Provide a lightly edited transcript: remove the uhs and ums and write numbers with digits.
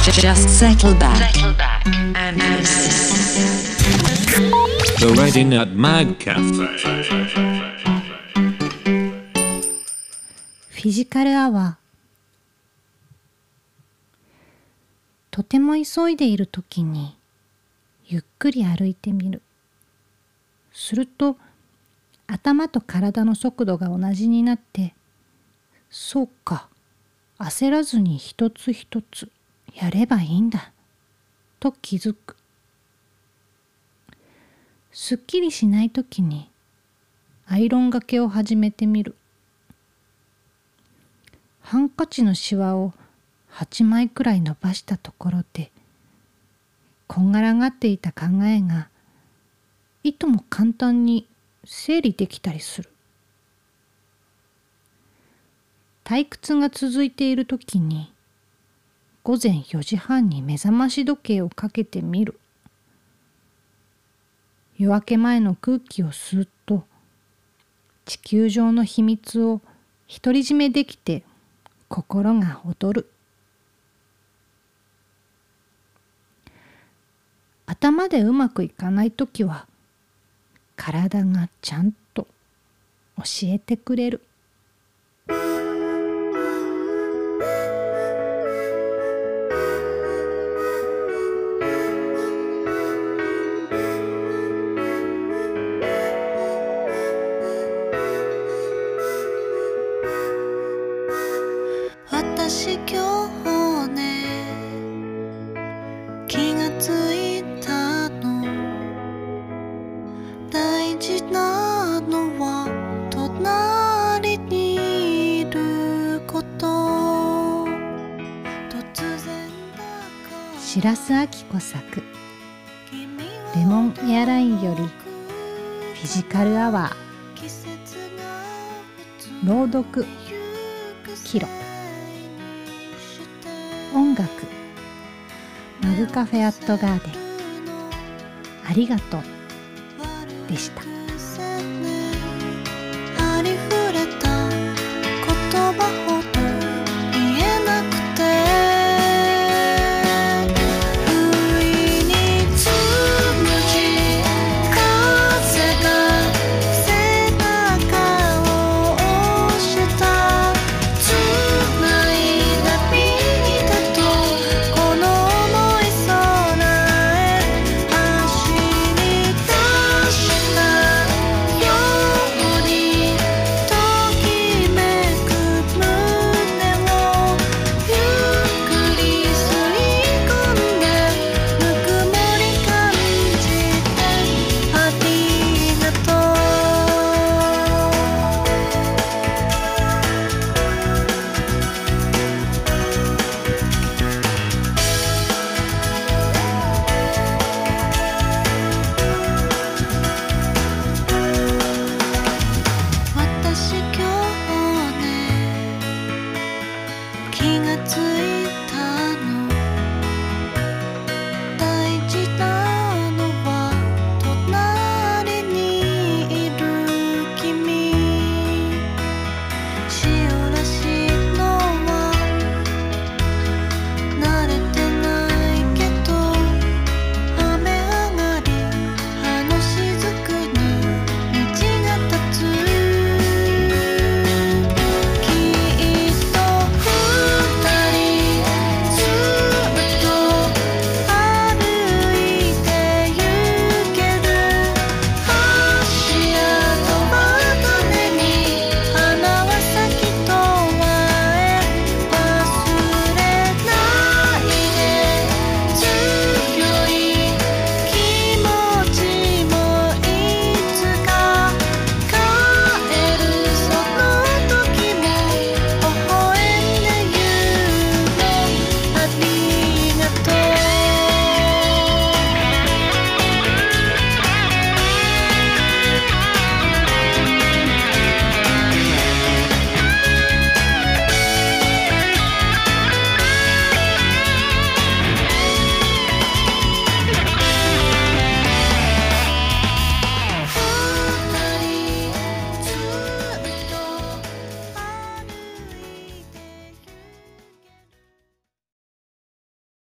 Just settle back and listen. The Reading at Mag Cafe. フィジカルアワー。とても急いでいるときにゆっくり歩いてみる。すると頭と体の速度が同じになって、そうか、焦らずに一つ一つやればいいんだと気づく。すっきりしないときにアイロンがけを始めてみる。ハンカチのシワを8枚くらい伸ばしたところで、こんがらがっていた考えがいとも簡単に整理できたりする。退屈が続いているときに午前4時半に目覚まし時計をかけてみる。夜明け前の空気を吸うと、地球上の秘密を独り占めできて心が躍る。頭でうまくいかないときは、体がちゃんと教えてくれる。 私今日ね、気がついたの。大事なのは隣にいること。突然だから白洲明子作レモンエアラインよりフィジカルアワー。朗読キロ。音楽マグカフェアットガーデン。ありがとうでした。